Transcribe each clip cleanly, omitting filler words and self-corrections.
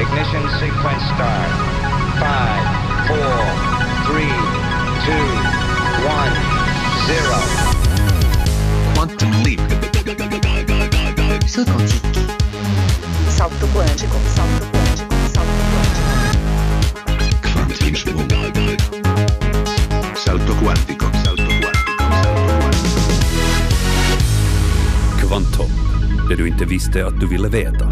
Ignition sequence start. 5, 4, 3, 2, 1, 0. Quantum leap. Salto quântico. Salto quântico. Salto quântico. Salto quântico. Quantismo. Salto quantico. Salto quantico. Salto quantico. Kvantum. Det du inte visste att du ville veta.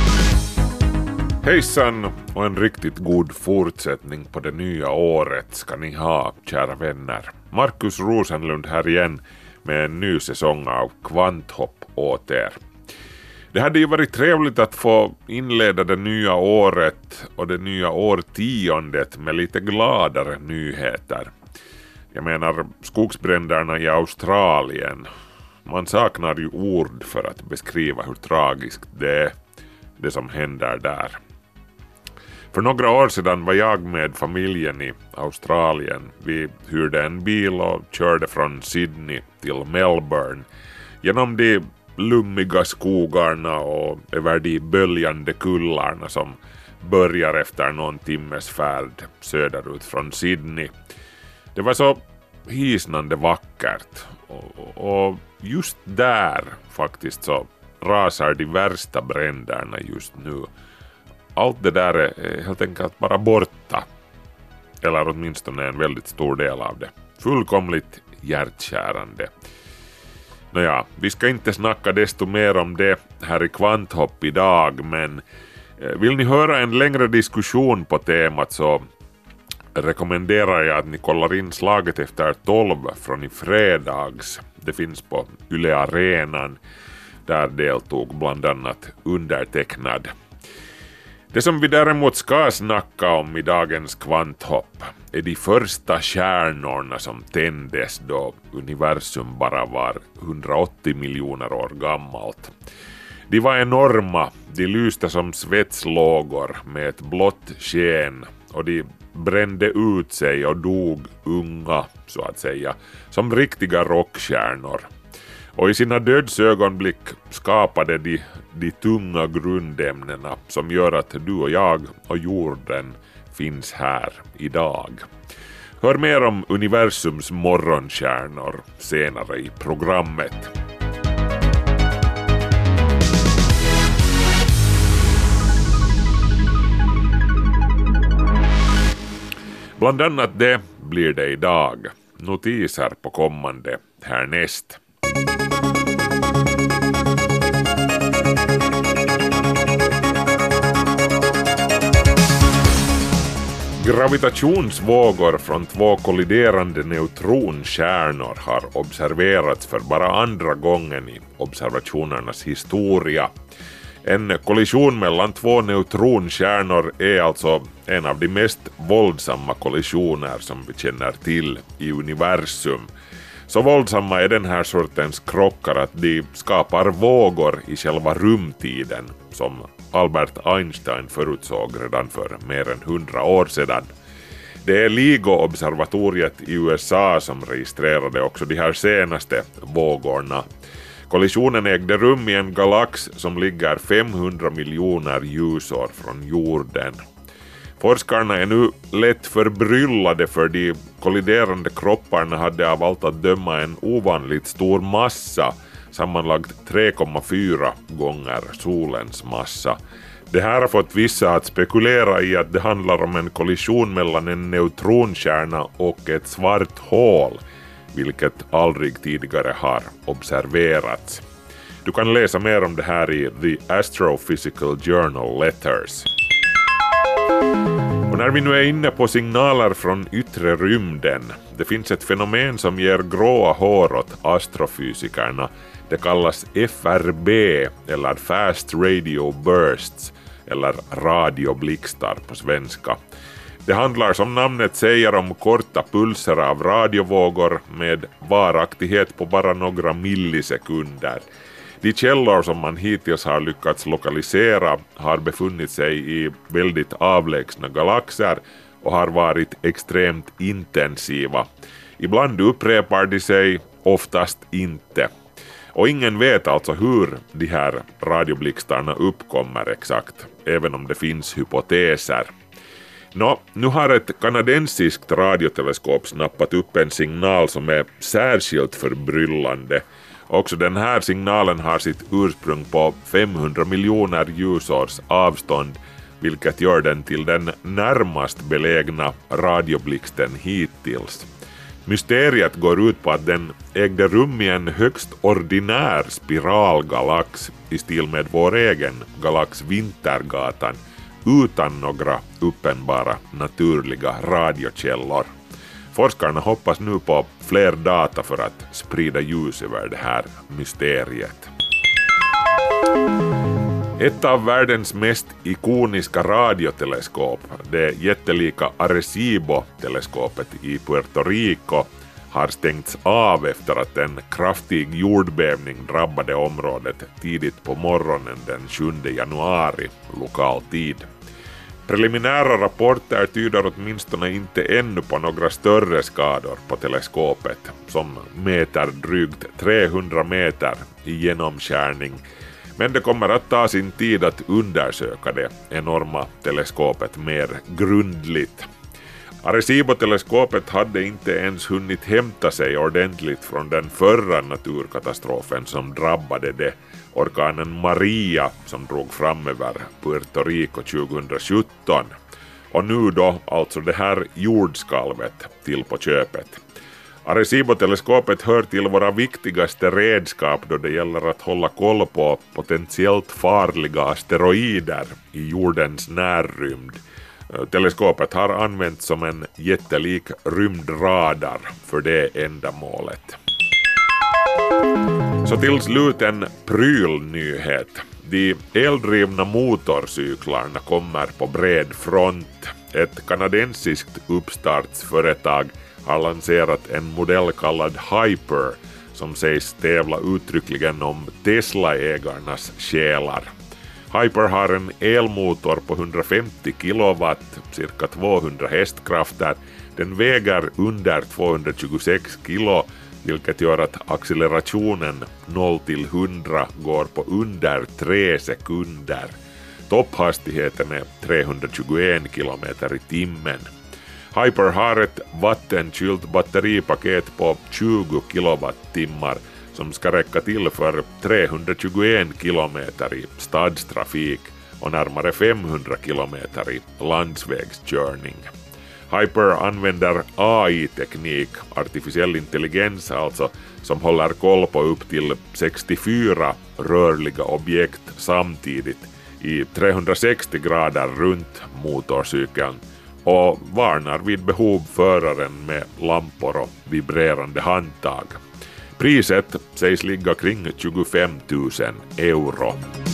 Hejsan och en riktigt god fortsättning på det nya året ska ni ha, kära vänner. Markus Rosenlund här igen med en ny säsong av Kvanthopp åt er. Det hade ju varit trevligt att få inleda det nya året och det nya årtiondet med lite gladare nyheter. Jag menar skogsbränderna i Australien. Man saknar ju ord för att beskriva hur tragiskt det är, det som händer där. För några år sedan var jag med familjen i Australien. Vi hyrde en bil och körde från Sydney till Melbourne genom de lummiga skogarna och över de böljande kullarna som börjar efter någon timmes färd söderut från Sydney. Det var så hisnande vackert och just där faktiskt så rasar de värsta bränderna just nu. Allt det där är helt enkelt bara borta. Eller åtminstone en väldigt stor del av det. Fullkomligt hjärtkärande. Nåja, vi ska inte snacka desto mer om det här i Kvanthopp idag, men vill ni höra en längre diskussion på temat så rekommenderar jag att ni kollar in Slaget efter 12 från i fredags. Det finns på Yle Arenan. Där deltog bland annat undertecknad. Det som vi däremot ska snacka om i dagens Kvanthopp är de första stjärnorna som tändes då universum bara var 180 miljoner år gammalt. De var enorma, de lyste som svetslågor med ett blått sken och de brände ut sig och dog unga, så att säga, som riktiga rockstjärnor. Och i sina dödsögonblick skapade de tunga grundämnena som gör att du och jag och jorden finns här idag. Hör mer om universums morgonstjärnor senare i programmet. Bland annat det blir det idag. Notiser på kommande härnäst. Gravitationsvågor från 2 kolliderande neutronstjärnor har observerats för bara andra gången i observationernas historia. En kollision mellan 2 neutronstjärnor är alltså en av de mest våldsamma kollisioner som vi känner till i universum. Så våldsamma är den här sortens krockar att de skapar vågor i själva rumtiden, som Albert Einstein förutsåg redan för mer än 100 år sedan. Det är LIGO-observatoriet i USA som registrerade också de här senaste vågorna. Kollisionen ägde rum i en galax som ligger 500 miljoner ljusår från jorden. Forskarna är nu lätt förbryllade för de kolliderande kropparna hade av allt att döma en ovanligt stor massa, sammanlagt 3,4 gånger solens massa. Det här har fått vissa att spekulera i att det handlar om en kollision mellan en neutronkärna och ett svart hål, vilket aldrig tidigare har observerats. Du kan läsa mer om det här i The Astrophysical Journal Letters. Och när vi nu är inne på signaler från yttre rymden, det finns ett fenomen som ger gråa hår åt astrofysikerna. Det kallas FRB eller Fast Radio Bursts eller radioblixtar på svenska. Det handlar som namnet säger om korta pulser av radiovågor med varaktighet på bara några millisekunder. De källor som man hittills har lyckats lokalisera har befunnit sig i väldigt avlägsna galaxer och har varit extremt intensiva. Ibland upprepar de sig, oftast inte. Och ingen vet alltså hur de här radioblixtarna uppkommer exakt, även om det finns hypoteser. Nu har ett kanadensiskt radioteleskop snappat upp en signal som är särskilt förbryllande. Också den här signalen har sitt ursprung på 500 miljoner ljusårs avstånd, vilket gör den till den närmast belägna radioblixten hittills. Mysteriet går ut på att den ägde rum i en högst ordinär spiralgalax i stil med vår egen galax Vintergatan, utan några uppenbara naturliga radiokällor. Forskarna hoppas nu på fler data för att sprida ljus över det här mysteriet. Ett av världens mest ikoniska radioteleskop, det jättelika Arecibo-teleskopet i Puerto Rico, har stängts av efter att en kraftig jordbävning drabbade området tidigt på morgonen den 7 januari lokal tid. Preliminära rapporter tyder åtminstone inte ännu på några större skador på teleskopet, som mäter drygt 300 meter i genomskärning. Men det kommer att ta sin tid att undersöka det enorma teleskopet mer grundligt. Arecibo-teleskopet hade inte ens hunnit hämta sig ordentligt från den förra naturkatastrofen som drabbade det, orkanen Maria som drog fram över Puerto Rico 2017. Och nu då alltså det här jordskalvet till på köpet. Arecibo-teleskopet hör till våra viktigaste redskap då det gäller att hålla koll på potentiellt farliga asteroider i jordens närrymd. Teleskopet har använts som en jättelik rymdradar för det ändamålet. Så till slut en prylnyhet. De eldrivna motorcyklarna kommer på bred front. Ett kanadensiskt uppstartsföretag har lanserat en modell kallad Hyper som sägs tävla uttryckligen om Tesla-ägarnas själar. Hyper har en elmotor på 150 kilowatt, cirka 200 hästkrafter. Den väger under 226 kilo, vilket gör att accelerationen 0-100 går på under 3 sekunder. Topphastigheten är 321 km i timmen. Hyper har ett vattenkylt batteripaket på 20 kilowattimmar som ska räcka till för 321 kilometer i stadstrafik och närmare 500 kilometer i landsvägskörning. Hyper använder AI-teknik, artificiell intelligens alltså, som håller koll på upp till 64 rörliga objekt samtidigt i 360 grader runt motorcykeln och varnar vid behov föraren med lampor och vibrerande handtag. Priset sägs ligga kring 25 000 euro.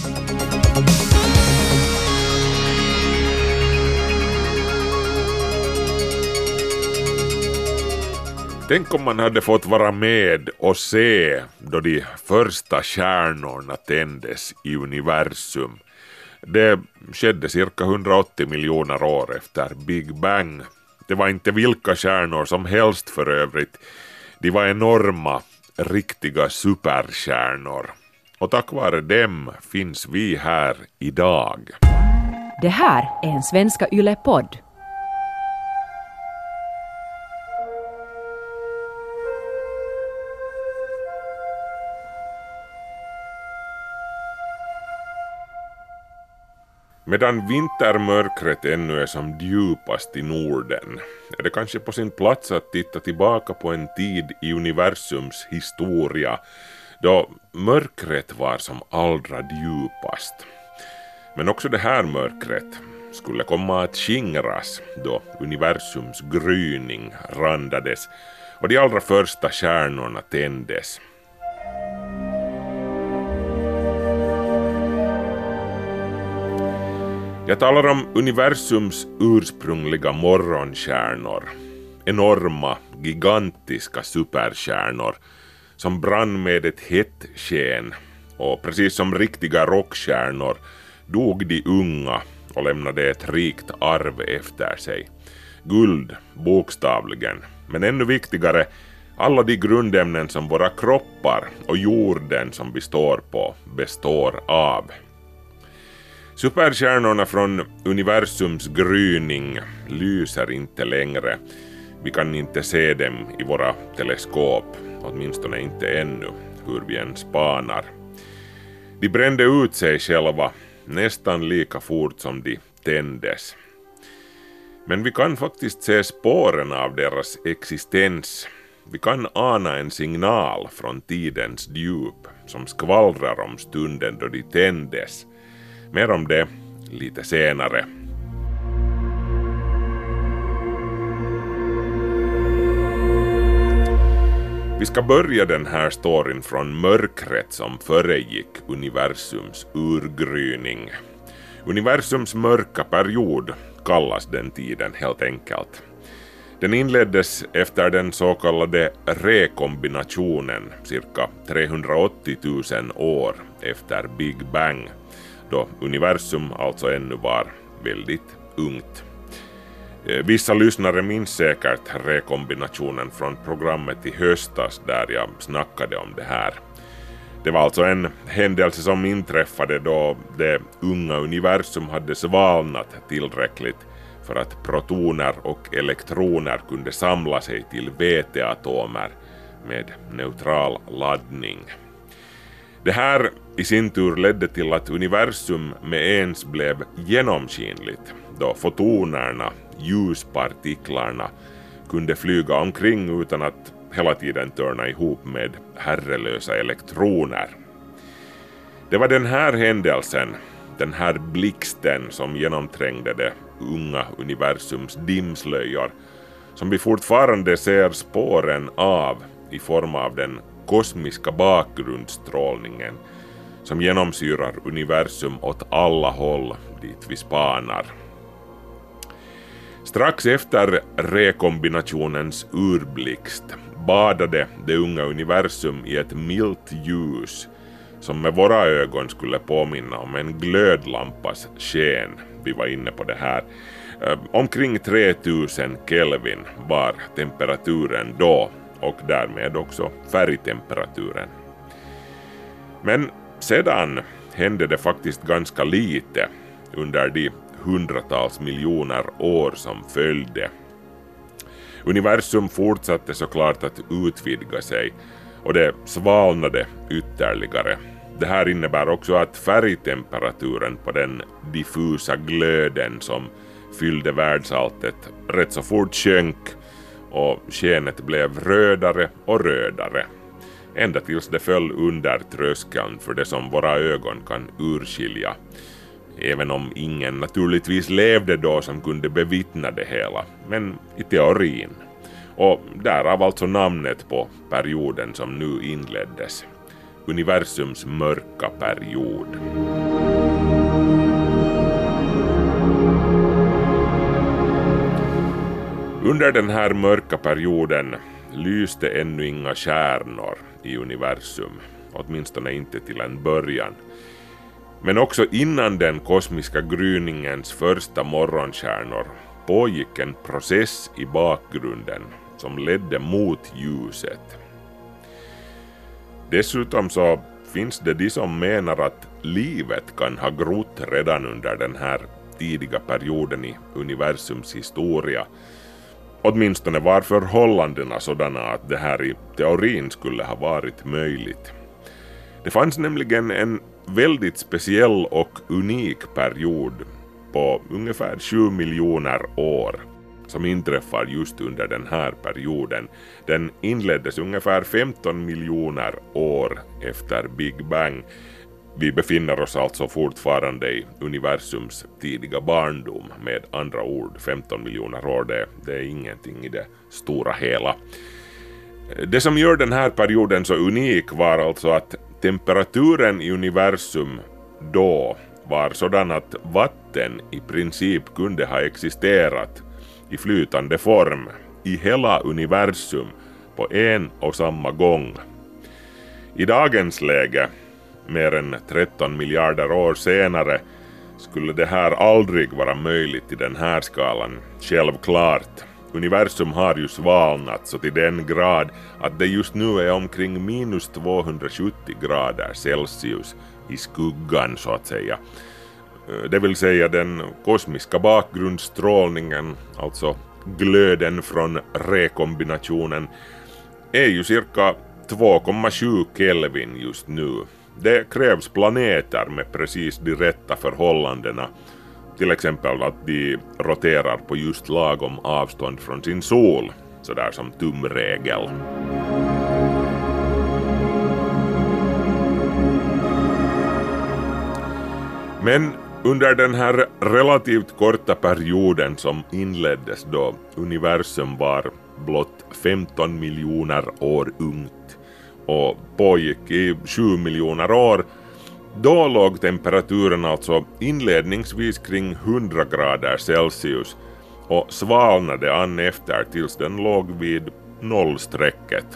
Tänk om man hade fått vara med och se då de första stjärnorna tändes i universum. Det skedde cirka 180 miljoner år efter Big Bang. Det var inte vilka stjärnor som helst för övrigt. De var enorma, riktiga superstjärnor. Och tack vare dem finns vi här idag. Det här är en Svenska Yle-podd. Medan vintermörkret ännu är som djupast i Norden är det kanske på sin plats att titta tillbaka på en tid i universums historia då mörkret var som allra djupast. Men också det här mörkret skulle komma att skingras då universums gryning randades och de allra första stjärnorna tändes. Jag talar om universums ursprungliga morgonstjärnor, enorma, gigantiska superstjärnor som brann med ett hett sken och precis som riktiga rockstjärnor dog de unga och lämnade ett rikt arv efter sig. Guld, bokstavligen, men ännu viktigare, Alla de grundämnen som våra kroppar och jorden som vi står på består av. Superstjärnorna från universums gryning lyser inte längre. Vi kan inte se dem i våra teleskop, åtminstone inte ännu, hur vi än spanar. De brände ut sig själva nästan lika fort som de tändes. Men vi kan faktiskt se spåren av deras existens. Vi kan ana en signal från tidens djup som skvallrar om stunden då de tändes. Mer om det lite senare. Vi ska börja den här storyn från mörkret som föregick universums urgryning. Universums mörka period kallas den tiden helt enkelt. Den inleddes efter den så kallade rekombinationen cirka 380 000 år efter Big Bang, då universum alltså ännu var väldigt ungt. Vissa lyssnare minns säkert rekombinationen från programmet i höstas där jag snackade om det här. Det var alltså en händelse som inträffade då det unga universum hade svalnat tillräckligt för att protoner och elektroner kunde samla sig till väteatomer med neutral laddning. Det här i sin tur ledde till att universum med ens blev genomskinligt, då fotonerna, ljuspartiklarna, kunde flyga omkring utan att hela tiden törna ihop med herrelösa elektroner. Det var den här händelsen, den här blixten som genomträngde det unga universums dimslöjor, som vi fortfarande ser spåren av i form av den kosmiska bakgrundsstrålningen som genomsyrar universum åt alla håll dit vi spanar. Strax efter rekombinationens urblixt badade det unga universum i ett milt ljus som med våra ögon skulle påminna om en glödlampas sken. Vi var inne på det här. Omkring 3000 Kelvin var temperaturen då och därmed också färgtemperaturen. Men sedan hände det faktiskt ganska lite under de hundratals miljoner år som följde. Universum fortsatte såklart att utvidga sig och det svalnade ytterligare. Det här innebär också att färgtemperaturen på den diffusa glöden som fyllde världsalltet rätt så fort sjönk och skenet blev rödare och rödare. Ända tills det föll under tröskeln för det som våra ögon kan urskilja. Även om ingen naturligtvis levde då som kunde bevittna det hela, men i teorin. Och därav alltså namnet på perioden som nu inleddes. Universums mörka period. Under den här mörka perioden lyste ännu inga stjärnor i universum, åtminstone inte till en början. Men också innan den kosmiska gryningens första morgonstjärnor pågick en process i bakgrunden som ledde mot ljuset. Dessutom så finns det de som menar att livet kan ha grott redan under den här tidiga perioden i universums historia. Åtminstone var förhållandena sådana att det här i teorin skulle ha varit möjligt. Det fanns nämligen en väldigt speciell och unik period på ungefär 7 miljoner år som inträffar just under den här perioden. Den inleddes ungefär 15 miljoner år efter Big Bang. Vi befinner oss alltså fortfarande i universums tidiga barndom. Med andra ord, 15 miljoner år, det är ingenting i det stora hela. Det som gör den här perioden så unik var alltså att temperaturen i universum då var sådan att vatten i princip kunde ha existerat i flytande form i hela universum på en och samma gång. I dagens läge, mer än 13 miljarder år senare, skulle det här aldrig vara möjligt i den här skalan, självklart. universum har ju svalnat så till den grad att det just nu är omkring minus 270 grader Celsius i skuggan så att säga. Det vill säga den kosmiska bakgrundsstrålningen, alltså glöden från rekombinationen, är ju cirka 2,7 Kelvin just nu. Det krävs planeter med precis de rätta förhållandena. Till exempel att de roterar på just lagom avstånd från sin sol, sådär som tumregel. Men under den här relativt korta perioden som inleddes då universum var blott 15 miljoner år ungt och pågick i 7 miljoner år, då låg temperaturen alltså inledningsvis kring 100 grader Celsius och svalnade an efter tills den låg vid nollstrecket.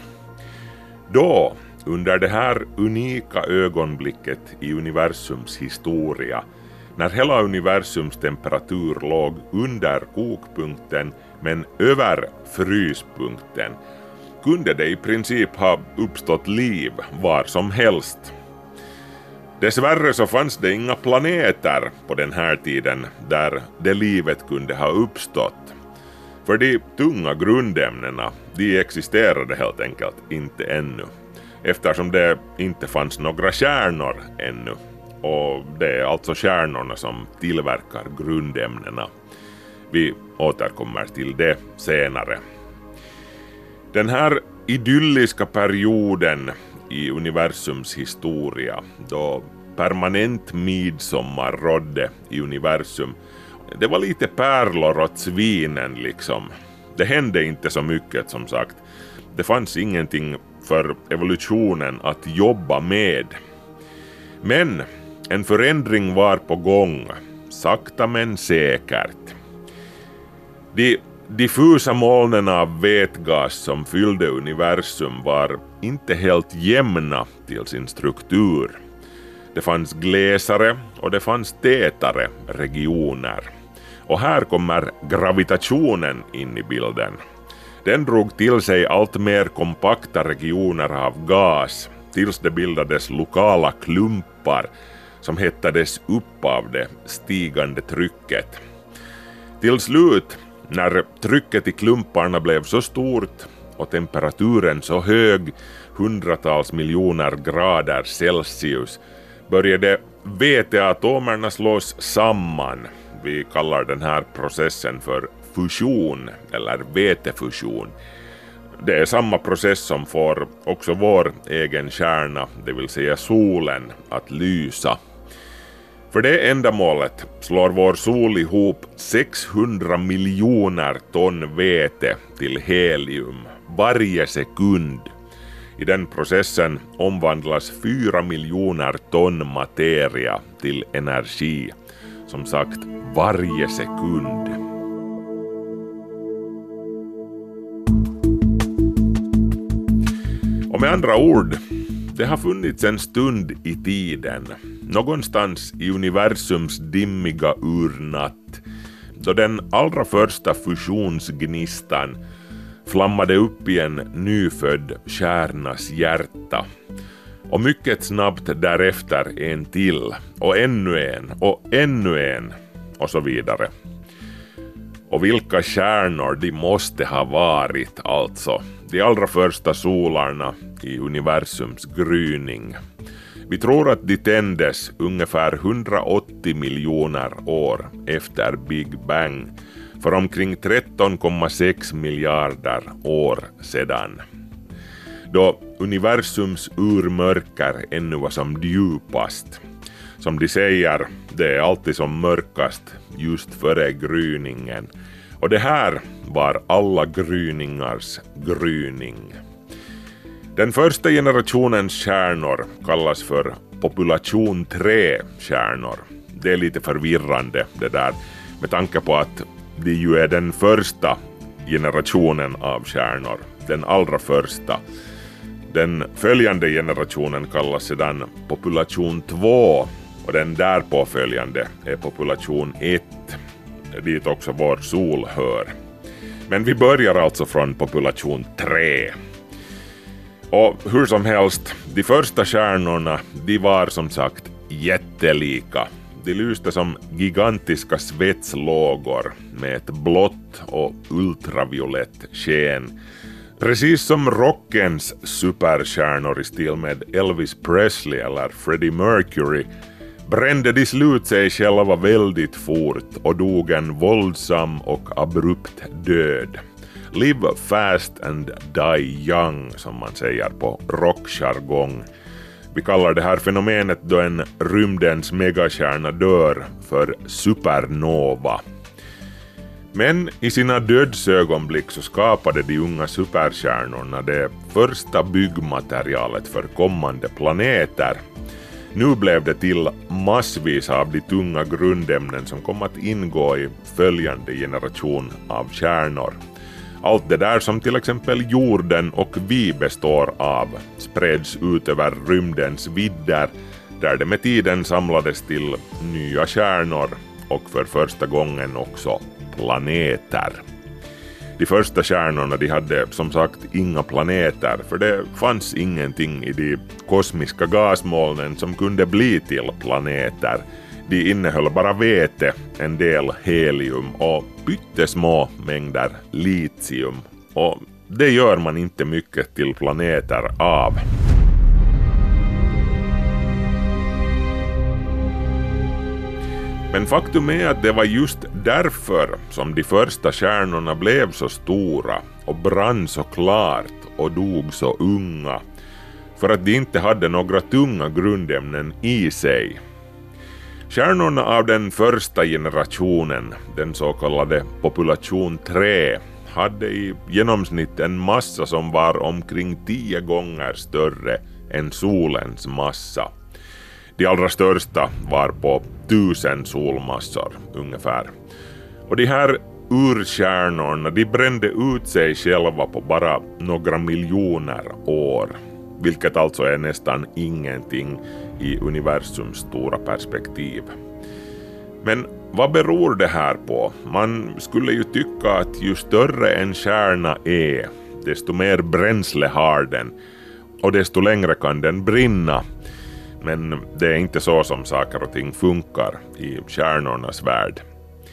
Då, under det här unika ögonblicket i universums historia, när hela universums temperatur låg under kokpunkten men över fryspunkten, kunde det i princip ha uppstått liv var som helst. Dessvärre så fanns det inga planeter på den här tiden där det livet kunde ha uppstått. För de tunga grundämnena, de existerade helt enkelt inte ännu, eftersom det inte fanns några stjärnor ännu. Och det är alltså stjärnorna som tillverkar grundämnena. Vi återkommer till det senare. Den här idylliska perioden i universums historia, då permanent midsommar rådde i universum, det var lite pärlor åt svinen liksom. Det hände inte så mycket som sagt. Det fanns ingenting för evolutionen att jobba med. Men en förändring var på gång, sakta men säkert. De diffusa molnen av vätgas som fyllde universum var inte helt jämna till sin struktur. Det fanns glesare och det fanns tätare regioner. Och här kommer gravitationen in i bilden. Den drog till sig allt mer kompakta regioner av gas tills det bildades lokala klumpar som hettades upp av det stigande trycket. Till slut, när trycket i klumparna blev så stort och temperaturen så hög, hundratals miljoner grader Celsius, började väteatomerna slås samman. Vi kallar den här processen för fusion eller vätefusion. Det är samma process som får också vår egen stjärna, det vill säga solen, att lysa. För det ändamålet slår vår sol ihop 600 miljoner ton väte till helium varje sekund. I den processen omvandlas 4 miljoner ton materia till energi. Som sagt, varje sekund. Och med andra ord, det har funnits en stund i tiden, någonstans i universums dimmiga urnatt, då den allra första fusionsgnistan flammade upp i en nyfödd kärnas hjärta. Och mycket snabbt därefter en till, och ännu en, och så vidare. Och vilka stjärnor de måste ha varit alltså, de allra första solarna i universums gryning. Vi tror att de tändes ungefär 180 miljoner år efter Big Bang, för omkring 13,6 miljarder år sedan. Då universums urmörker ännu var som djupast. Som de säger, det är alltid som mörkast just före gryningen. Och det här var alla gryningars gryning. Den första generationens stjärnor kallas för population 3-stjärnor. Det är lite förvirrande det där, med tanke på att det ju är den första generationen av stjärnor, den allra första. Den följande generationen kallas sedan population 2 och den därpå följande är population 1, dit också vår sol hör. Men vi börjar alltså från population 3. Och hur som helst, de första stjärnorna, de var som sagt jättelika. De lyste som gigantiska svetslågor med ett blått och ultraviolett sken. Precis som rockens superstjärnor i stil med Elvis Presley eller Freddie Mercury brände de slut sig själva väldigt fort och dog en våldsam och abrupt död. Live fast and die young, som man säger på rockjargong. Vi kallar det här fenomenet då en rymdens megastjärna dör för supernova. Men i sina dödsögonblick så skapade de unga superstjärnorna det första byggmaterialet för kommande planeter. Nu blev det till massvis av de tunga grundämnen som kom att ingå i följande generation av stjärnor. Allt det där som till exempel jorden och vi består av spreds ut över rymdens vidder där det med tiden samlades till nya stjärnor och för första gången också planeter. De första stjärnorna de hade som sagt inga planeter för det fanns ingenting i de kosmiska gasmolnen som kunde bli till planeter. De innehöll bara väte, en del helium och pyttesmå mängder litium. Och det gör man inte mycket till planeter av. Men faktum är att det var just därför som de första stjärnorna blev så stora och brann så klart och dog så unga. För att de inte hade några tunga grundämnen i sig. Stjärnorna av den första generationen, den så kallade population 3, hade i genomsnitt en massa som var omkring 10 gånger större än solens massa. De allra största var på 1000 solmassor ungefär. Och de här urstjärnorna de brände ut sig själva på bara några miljoner år. Vilket alltså är nästan ingenting i universums stora perspektiv. Men vad beror det här på? Man skulle ju tycka att ju större en stjärna är, desto mer bränsle har den och desto längre kan den brinna. Men det är inte så som saker och ting funkar i stjärnornas värld.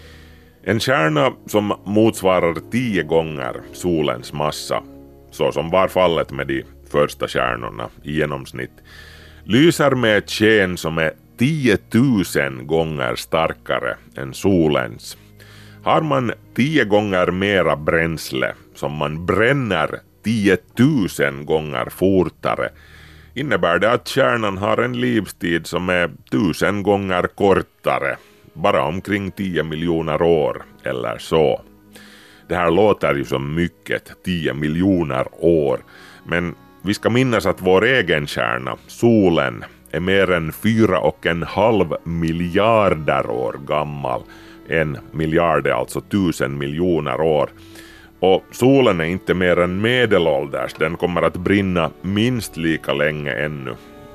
En stjärna som motsvarar 10 gånger solens massa, så som var fallet med de första stjärnorna i genomsnitt, lyser med ett sken som är 10 000 gånger starkare än solens. Har man 10 gånger mera bränsle som man bränner 10 000 gånger fortare, innebär det att stjärnan har en livstid som är 1000 gånger kortare, bara omkring 10 miljoner år eller så. Det här låter ju som mycket, 10 miljoner år, men vi ska minnas att vår egen stjärna, solen, är mer än 4,5 miljarder år gammal. 1 miljard är alltså 1000 miljoner år. Och solen är inte mer än medelålders, den kommer att brinna minst lika länge ännu.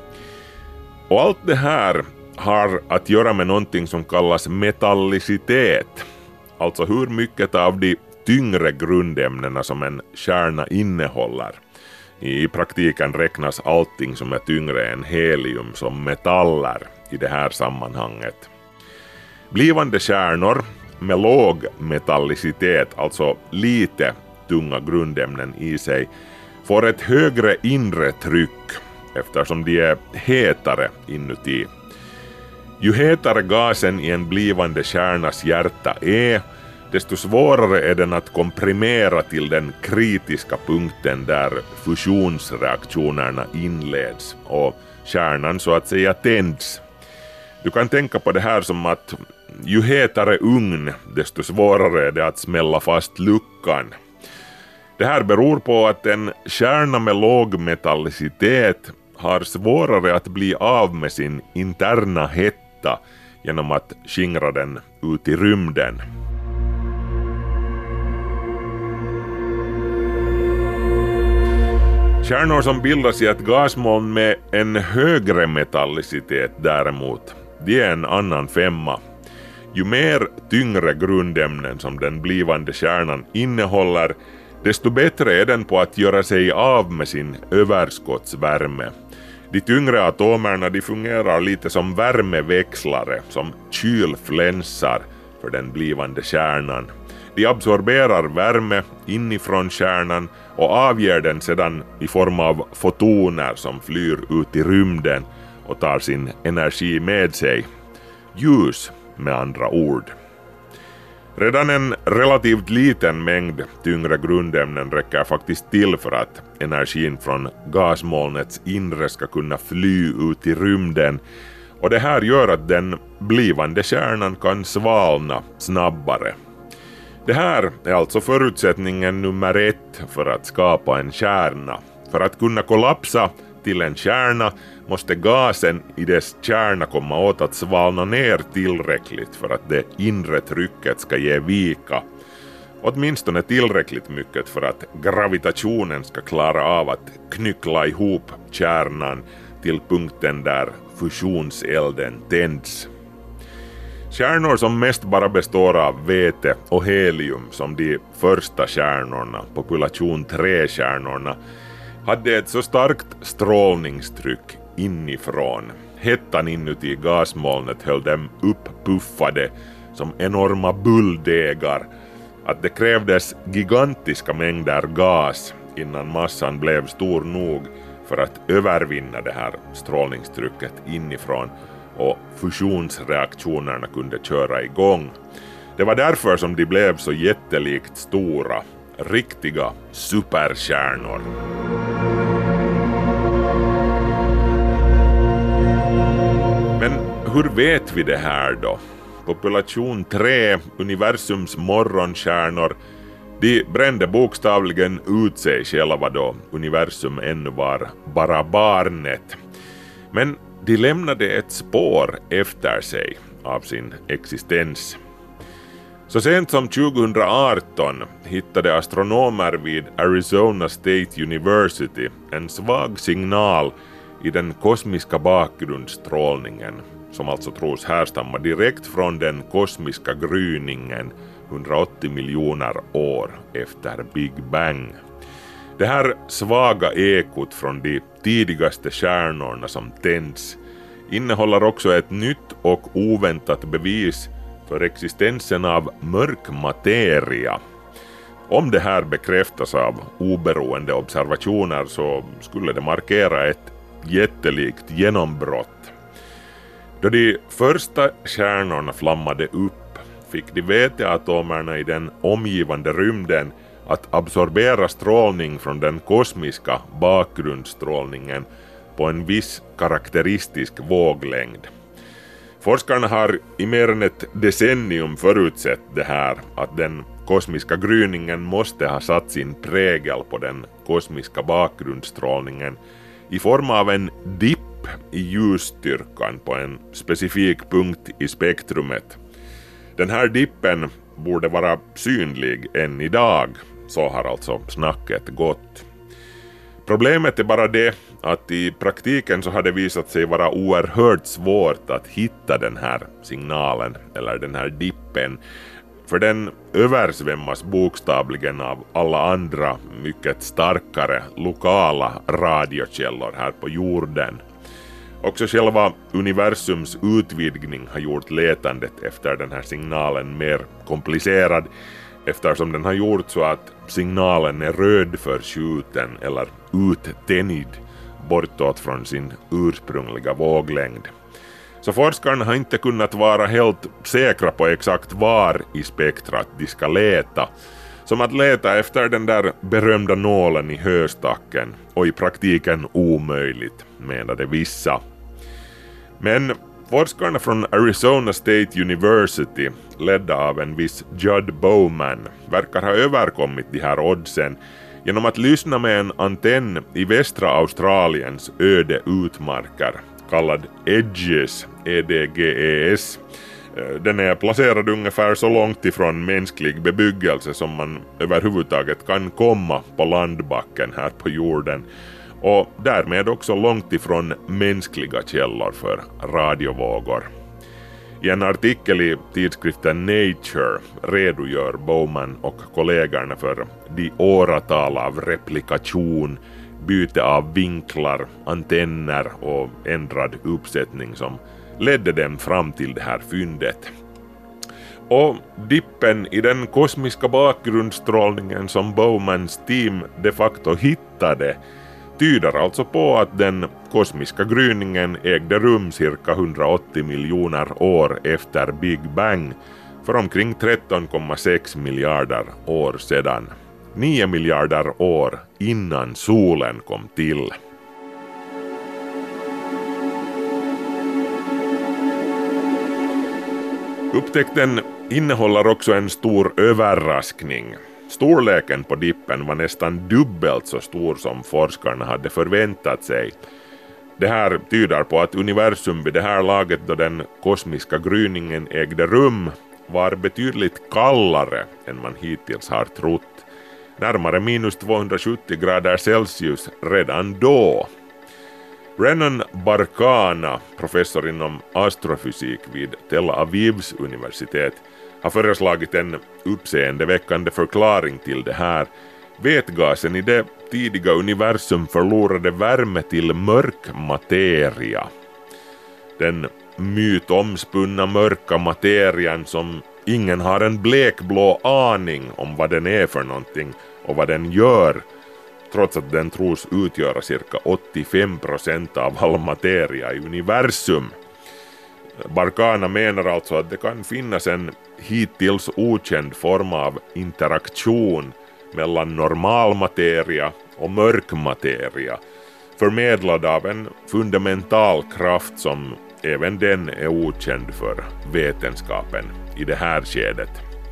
Och allt det här har att göra med någonting som kallas metallicitet. Alltså hur mycket av de tyngre grundämnena som en stjärna innehåller. I praktiken räknas allting som är tyngre än helium som metaller i det här sammanhanget. Blivande stjärnor med låg metallicitet, alltså lite tunga grundämnen i sig, får ett högre inre tryck eftersom de är hetare inuti. Ju hetare gasen i en blivande stjärnas hjärta är, desto svårare är den att komprimera till den kritiska punkten där fusionsreaktionerna inleds och stjärnan så att säga tänds. Du kan tänka på det här som att ju hetare ugn, desto svårare är det att smälla fast luckan. Det här beror på att en stjärna med låg metallicitet har svårare att bli av med sin interna hetta genom att skingra den ut i rymden. Stjärnor som bildas i ett gasmoln med en högre metallicitet däremot, det är en annan femma. Ju mer tyngre grundämnen som den blivande kärnan innehåller, desto bättre är den på att göra sig av med sin överskottsvärme. De tyngre atomerna de fungerar lite som värmeväxlare, som kylflänsar för den blivande kärnan. De absorberar värme inifrån kärnan och avger den sedan i form av fotoner som flyr ut i rymden och tar sin energi med sig. Ljus med andra ord. Redan en relativt liten mängd tyngre grundämnen räcker faktiskt till för att energin från gasmolnets inre ska kunna fly ut i rymden, och det här gör att den blivande kärnan kan svalna snabbare. Det här är alltså förutsättningen nummer 1 för att skapa en kärna. För att kunna kollapsa till en kärna måste gasen i dess kärna komma åt att svalna ner tillräckligt för att det inre trycket ska ge vika. Åtminstone tillräckligt mycket för att gravitationen ska klara av att knyckla ihop kärnan till punkten där fusionselden tänds. Kärnor som mest bara består av väte och helium, som de första kärnorna, population 3-kärnorna, hade ett så starkt strålningstryck inifrån. Hettan inuti gasmolnet höll dem upppuffade som enorma bulldegar att det krävdes gigantiska mängder gas innan massan blev stor nog för att övervinna det här strålningstrycket inifrån och fusionsreaktionerna kunde köra igång. Det var därför som de blev så jättelikt stora, riktiga superkärnor. Men hur vet vi det här då? Population 3, universums morgonkärnor, de brände bokstavligen ut sig själva då universum ännu var bara barnet. Men de lämnade ett spår efter sig av sin existens. Så sent som 2018 hittade astronomer vid Arizona State University en svag signal i den kosmiska bakgrundsstrålningen, som alltså tros härstamma direkt från den kosmiska gryningen 180 miljoner år efter Big Bang. Det här svaga ekot från de tidigaste kärnorna som tänds innehåller också ett nytt och oväntat bevis för existensen av mörk materia. Om det här bekräftas av oberoende observationer så skulle det markera ett jättelikt genombrott. Då de första kärnorna flammade upp fick de väteatomerna i den omgivande rymden att absorbera strålning från den kosmiska bakgrundsstrålningen på en viss karaktäristisk våglängd. Forskarna har i mer än ett decennium förutsett det här, att den kosmiska gryningen måste ha satt sin prägel på den kosmiska bakgrundsstrålningen i form av en dipp i ljusstyrkan på en specifik punkt i spektrumet. Den här dippen borde vara synlig än idag, så har alltså snacket gått. Problemet är bara det att i praktiken så har det visat sig vara oerhört svårt att hitta den här signalen eller den här dippen, för den översvämmas bokstavligen av alla andra mycket starkare lokala radiokällor här på jorden. Också själva universums utvidgning har gjort letandet efter den här signalen mer komplicerad, eftersom den har gjort så att signalen är rödförskjuten eller uttänjd bortåt från sin ursprungliga våglängd. Så forskarna har inte kunnat vara helt säkra på exakt var i spektrat de ska leta. Som att leta efter den där berömda nålen i höstacken, och i praktiken omöjligt, menade vissa. Men forskarna från Arizona State University, ledda av en viss Judd Bowman, verkar ha överkommit de här oddsen genom att lyssna med en antenn i västra Australiens öde utmarker, kallad EDGES, EDGES. Den är placerad ungefär så långt ifrån mänsklig bebyggelse som man överhuvudtaget kan komma på landbacken här på jorden, och därmed också långt ifrån mänskliga källor för radiovågor. I en artikel i tidskriften Nature redogör Bowman och kollegorna för de åratal av replikation, byte av vinklar, antenner och ändrad uppsättning som ledde dem fram till det här fyndet. Och dippen i den kosmiska bakgrundsstrålningen som Bowmans team de facto hittade tyder alltså på att den kosmiska gryningen ägde rum cirka 180 miljoner år efter Big Bang för omkring 13,6 miljarder år sedan. 9 miljarder år innan solen kom till. Upptäckten innehåller också en stor överraskning. Storleken på dippen var nästan dubbelt så stor som forskarna hade förväntat sig. Det här tyder på att universum vid det här laget då den kosmiska gryningen ägde rum var betydligt kallare än man hittills har trott. Närmare minus 270 grader Celsius redan då. Renan Barkana, professor inom astrofysik vid Tel Avivs universitet, har föreslagit en uppseendeväckande förklaring till det här. Vätgasen i det tidiga universum förlorade värme till mörk materia. Den mytomspunna mörka materian som ingen har en blekblå aning om vad den är för någonting och vad den gör, trots att den tros utgöra cirka 85% av all materia i universum. Barkana menar alltså att det kan finnas en hittills okänd form av interaktion mellan normal materia och mörk materia, förmedlad av en fundamental kraft som även den är okänd för vetenskapen i det här skedet.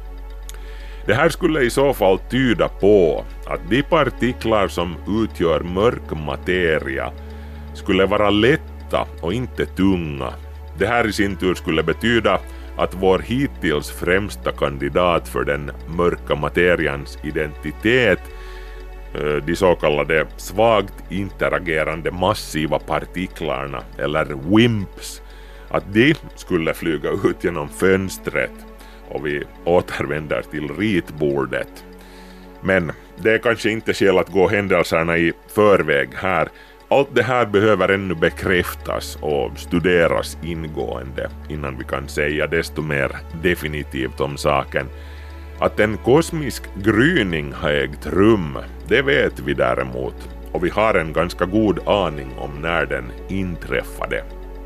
Det här skulle i så fall tyda på att de partiklar som utgör mörk materia skulle vara lätta och inte tunga. Det här i sin tur skulle betyda att vår hittills främsta kandidat för den mörka materians identitet, de så kallade svagt interagerande massiva partiklarna eller WIMPs, att de skulle flyga ut genom fönstret och vi återvänder till ritbordet. Men det är kanske inte skäl att gå händelserna i förväg här. Allt det här behöver ännu bekräftas och studeras ingående innan vi kan säga desto mer definitivt om saken. Att en kosmisk gryning har ägt rum, det vet vi däremot, och vi har en ganska god aning om när den inträffade.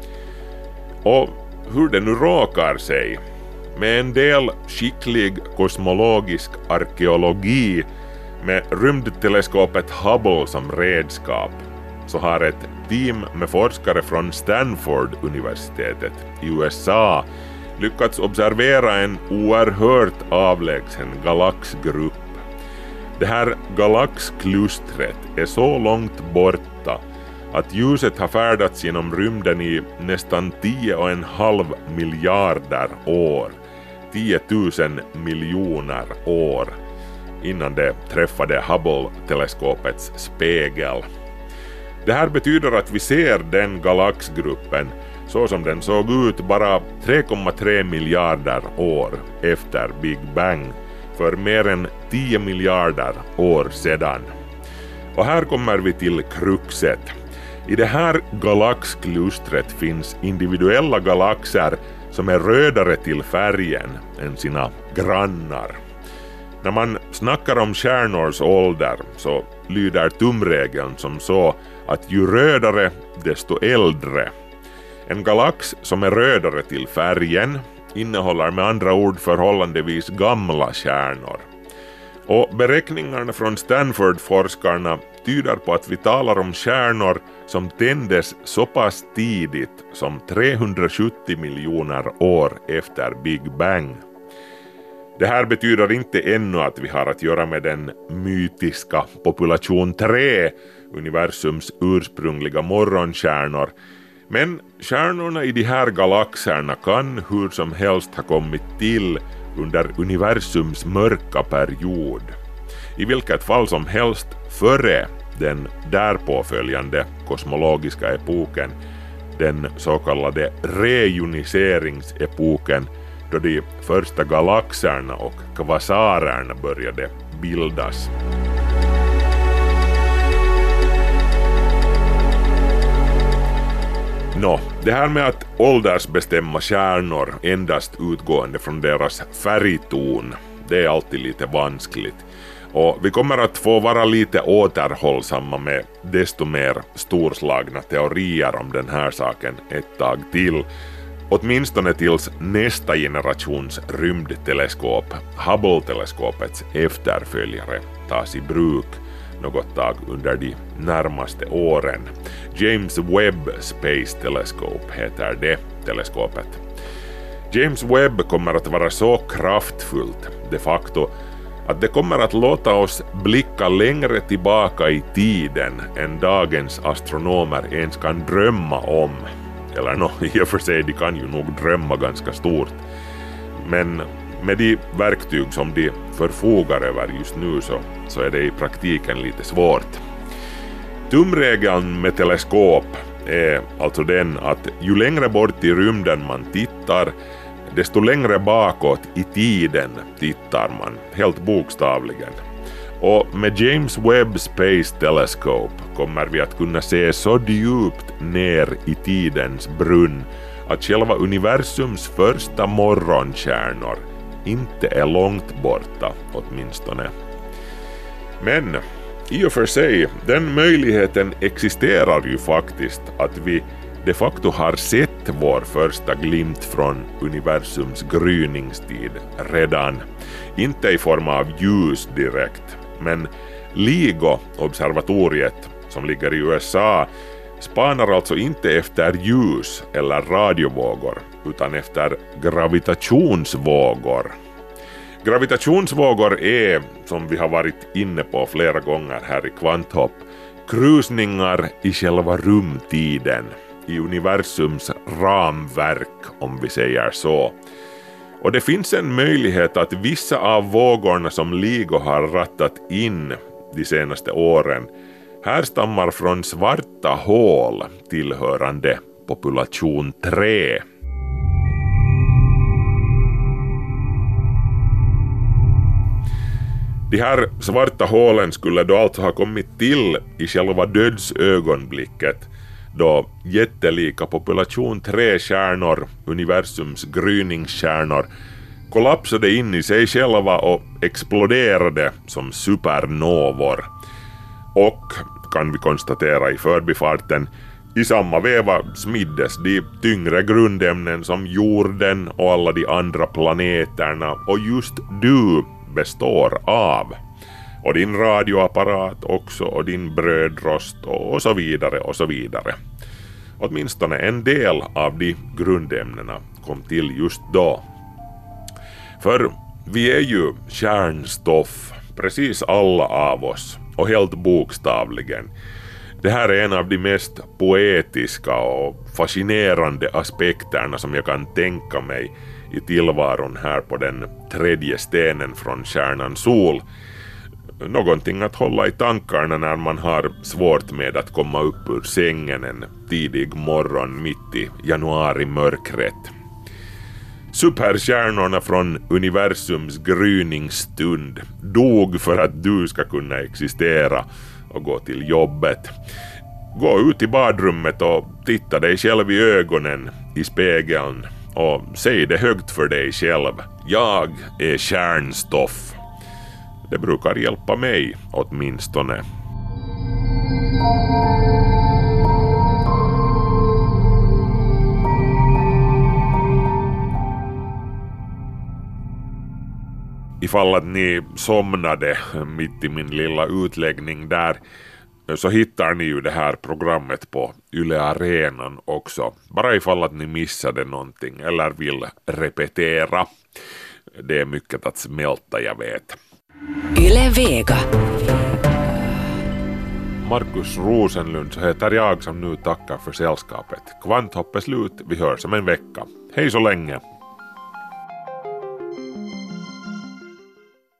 Och hur det nu råkar sig, med en del skicklig kosmologisk arkeologi med rymdteleskopet Hubble som redskap, så har ett team med forskare från Stanford-universitetet i USA lyckats observera en oerhört avlägsen galaxgrupp. Det här galaxklustret är så långt borta att ljuset har färdats genom rymden i nästan 10,5 miljarder år, 10 000 miljoner år, innan det träffade Hubble-teleskopets spegel. Det här betyder att vi ser den galaxgruppen så som den såg ut bara 3,3 miljarder år efter Big Bang, för mer än 10 miljarder år sedan. Och här kommer vi till kruxet. I det här galaxklustret finns individuella galaxer som är rödare till färgen än sina grannar. När man snackar om stjärnors ålder så lyder tumregeln som så att ju rödare desto äldre. En galax som är rödare till färgen innehåller med andra ord förhållandevis gamla stjärnor. Och beräkningarna från Stanford-forskarna tyder på att vi talar om stjärnor som tändes så pass tidigt som 370 miljoner år efter Big Bang. Det här betyder inte ännu att vi har att göra med den mytiska population 3, universums ursprungliga morgonstjärnor, men stjärnorna i de här galaxerna kan hur som helst ha kommit till under universums mörka period. I vilket fall som helst före den därpåföljande kosmologiska epoken, den så kallade reionseringsepoken då de första galaxerna och kvasarerna började bildas. Det här med att åldersbestämma stjärnor endast utgående från deras färgton, det är alltid lite vanskligt. Och vi kommer att få vara lite återhållsamma med desto mer storslagna teorier om den här saken ett tag till. Åtminstone tills nästa generations rymdteleskop, Hubble-teleskopets efterföljare, tas i bruk något tag under de närmaste åren. James Webb Space Telescope heter det teleskopet. James Webb kommer att vara så kraftfullt de facto att det kommer att låta oss blicka längre tillbaka i tiden än dagens astronomer ens kan drömma om. Eller i och för sig, de kan ju nog drömma ganska stort. Men med de verktyg som de förfogar över just nu så är det i praktiken lite svårt. Tumregeln med teleskop är alltså den att ju längre bort i rymden man tittar, desto längre bakåt i tiden tittar man, helt bokstavligen. Och med James Webb Space Telescope kommer vi att kunna se så djupt ner i tidens brunn att själva universums första morgonkärnor inte är långt borta åtminstone. Men i och för sig, den möjligheten existerar ju faktiskt att vi de facto har sett vår första glimt från universums gryningstid redan. Inte i form av ljus direkt, men LIGO-observatoriet som ligger i USA spanar alltså inte efter ljus eller radiovågor utan efter gravitationsvågor. Gravitationsvågor är, som vi har varit inne på flera gånger här i Kvanthopp, krusningar i själva rumtiden, i universums ramverk om vi säger så. Och det finns en möjlighet att vissa av vågorna som LIGO har rattat in de senaste åren härstammar från svarta hål tillhörande population 3. De här svarta hålen skulle då alltså ha kommit till i själva dödsögonblicket då jättelika population 3-stjärnor, universums gryningsstjärnor, kollapsade in i sig själva och exploderade som supernovor. Och, kan vi konstatera i förbifarten, i samma veva smiddes de tyngre grundämnen som jorden och alla de andra planeterna och just du består av. Och din radioapparat också och din brödrost och så vidare och så vidare. Åtminstone en del av de grundämnena kom till just då. För vi är ju kärnstoff, precis alla av oss, och helt bokstavligen. Det här är en av de mest poetiska och fascinerande aspekterna som jag kan tänka mig i tillvaron här på den tredje stenen från stjärnan Sol. Någonting att hålla i tankarna när man har svårt med att komma upp ur sängen en tidig morgon mitt i januari-mörkret. Superstjärnorna från universums gryningsstund dog för att du ska kunna existera och gå till jobbet. Gå ut i badrummet och titta dig själv i ögonen i spegeln och säg det högt för dig själv. Jag är kärnstoff. Det brukar hjälpa mig åtminstone. Ifall att ni somnade mitt i min lilla utläggning där så hittar ni ju det här programmet på Yle Arenan också. Bara ifall att ni missade någonting eller vill repetera. Det är mycket att smälta, jag vet. Yle Vega. Markus Rosenlund så heter jag som nu tackar för sällskapet. Kvanthopp är slut, vi hörs om en vecka. Hej så länge!